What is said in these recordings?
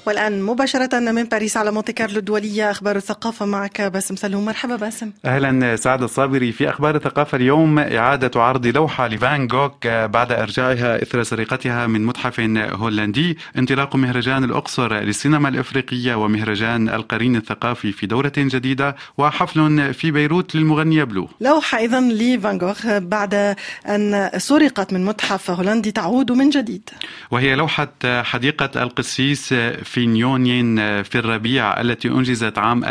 والآن مباشرة من باريس على مونتي كارلو الدولية أخبار الثقافة معك باسم سلوم. مرحبا باسم. أهلا سعد الصابري. في أخبار الثقافة اليوم إعادة عرض لوحة لفان غوغ بعد إرجاعها إثر سرقتها من متحف هولندي، انطلاق مهرجان الأقصر للسينما الإفريقية ومهرجان القرين الثقافي في دورة جديدة، وحفل في بيروت للمغنية بلو. لوحة أيضا لفان غوغ بعد أن سرقت من متحف هولندي تعود من جديد، وهي لوحة حديقة القسيس فينيونين في الربيع التي أنجزت عام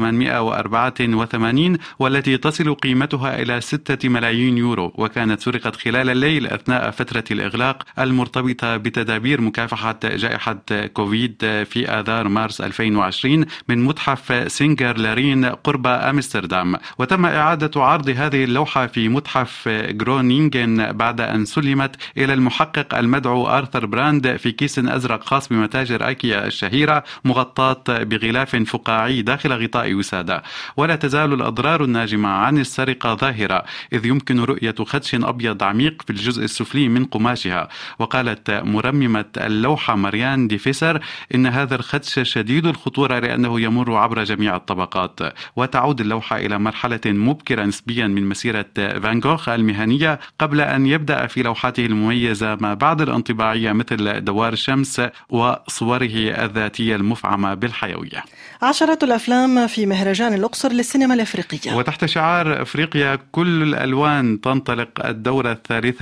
1884 والتي تصل قيمتها إلى 6 ملايين يورو، وكانت سرقت خلال الليل أثناء فترة الإغلاق المرتبطة بتدابير مكافحة جائحة كوفيد في آذار مارس 2020 من متحف سينغر لارين قرب أمستردام. وتم إعادة عرض هذه اللوحة في متحف غرونينغن بعد أن سلمت إلى المحقق المدعو آرثر براند في كيس أزرق خاص بمتاجر آيكيا الشهيرة، مغطاة بغلاف فقاعي داخل غطاء وسادة. ولا تزال الأضرار الناجمة عن السرقة ظاهرة، إذ يمكن رؤية خدش أبيض عميق في الجزء السفلي من قماشها. وقالت مرممة اللوحة ماريان دي فيسر إن هذا الخدش شديد الخطورة لأنه يمر عبر جميع الطبقات. وتعود اللوحة إلى مرحلة مبكرة نسبيا من مسيرة فان غوغ المهنية قبل أن يبدأ في لوحاته المميزة ما بعد الانطباعية مثل دوار الشمس وصوره الذاتية المفعمة بالحيوية. عشرة الأفلام في مهرجان الأقصر للسينما الإفريقية. وتحت شعار أفريقيا كل الألوان تنطلق الدورة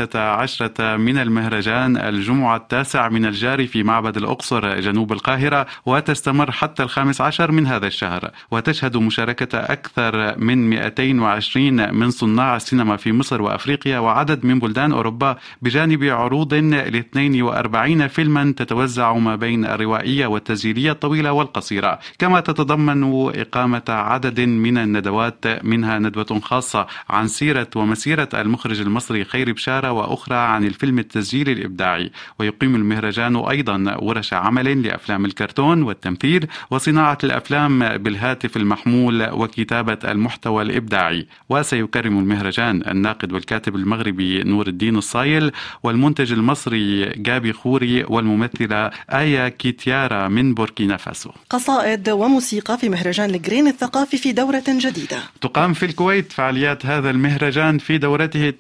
13 من المهرجان الجمعة 9 من الجاري في معبد الأقصر جنوب القاهرة، وتستمر حتى 15 من هذا الشهر، وتشهد مشاركة أكثر من 220 من صناع السينما في مصر وأفريقيا وعدد من بلدان أوروبا، بجانب عروض ل 42 فيلما تتوزع ما بين الروائية والتسجيلية الطويلة والقصيرة. كما تتضمن إقامة عدد من الندوات، منها ندوة خاصة عن سيرة ومسيرة المخرج المصري خيري بشارة، وأخرى عن الفيلم التسجيلي الإبداعي. ويقيم المهرجان أيضا ورش عمل لأفلام الكرتون والتمثيل وصناعة الأفلام بالهاتف المحمول وكتابة المحتوى الإبداعي. وسيكرم المهرجان الناقد والكاتب المغربي نور الدين الصايل، والمنتج المصري جابي خوري، والممثلة آيا كيتيارا من بوركينا فاسو. قصائد وموسيقى في مهرجان الجرين الثقافي في دورة جديدة. تقام في الكويت فعاليات هذا المهرجان في دورته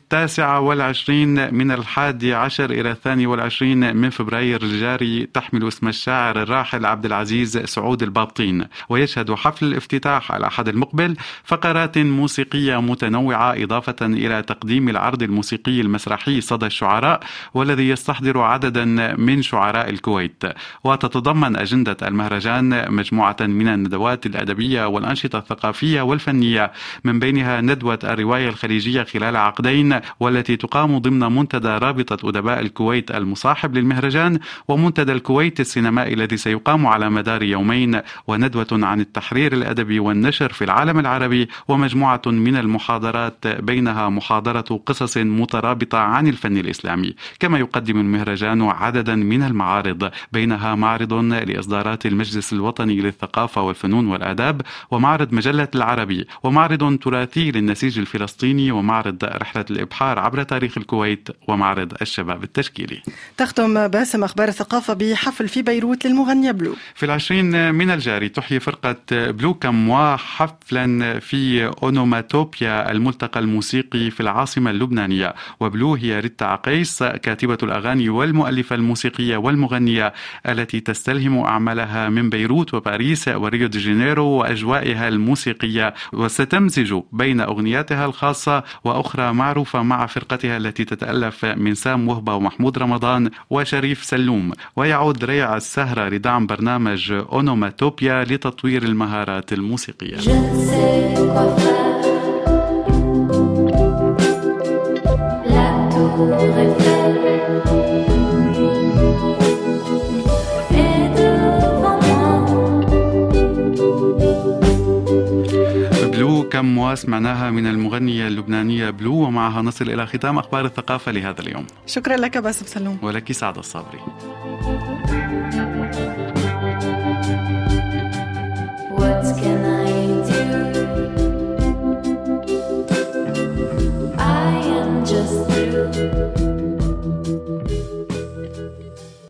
29 من 11 إلى 22 من فبراير الجاري، تحمل اسم الشاعر الراحل عبد العزيز سعود البابطين. ويشهد حفل الافتتاح الأحد المقبل فقرات موسيقية متنوعة، إضافة إلى تقديم العرض الموسيقي المسرحي صدى الشعراء، والذي يستحضر عددا من شعراء الكويت. وتتضمن أجندة المهرجان مجموعة من الندوات الأدبية والأنشطة الثقافية والفنية، من بينها ندوة الرواية الخليجية خلال عقدين، والتي تقام ضمن منتدى رابطة أدباء الكويت المصاحب للمهرجان، ومنتدى الكويت السينمائي الذي سيقام على مدار يومين، وندوة عن التحرير الأدبي والنشر في العالم العربي، ومجموعة من المحاضرات بينها محاضرة قصص مترابطة عن الفن الإسلامي. كما يقدم المهرجان عددا من المعارض، بينها معرض لإصدارات المجلس الوطني للثقافة والفنون والآداب، ومعرض مجلة العربي، ومعرض تراثي للنسيج الفلسطيني، ومعرض رحلة الإبحار عبر تاريخ الكويت، ومعرض الشباب التشكيلي. تختم باسم أخبار الثقافة بحفل في بيروت للمغنية بلو. في 20 من الجاري تحيي فرقة بلو كاموا حفلا في أونوماتوبيا الملتقى الموسيقي في العاصمة اللبنانية. وبلو هي ريتا عقيس، كاتبة الأغاني والمؤلفة الموسيقية والمغنية التي تستلهم أعمالها من بيروت وباريس وريو دي جانيرو وأجوائها الموسيقية، وستمزج بين أغنياتها الخاصة وأخرى معروفة مع فرقتها التي تتألف من سام وهبة ومحمود رمضان وشريف سلوم. ويعود ريع السهرة لدعم برنامج أونوماتوبيا لتطوير المهارات الموسيقية. بلو كاموا سمعناها من المغنية اللبنانية بلو، ومعها نصل إلى ختام أخبار الثقافة لهذا اليوم. شكرا لك باسم سلوم. ولك سعد الصابري.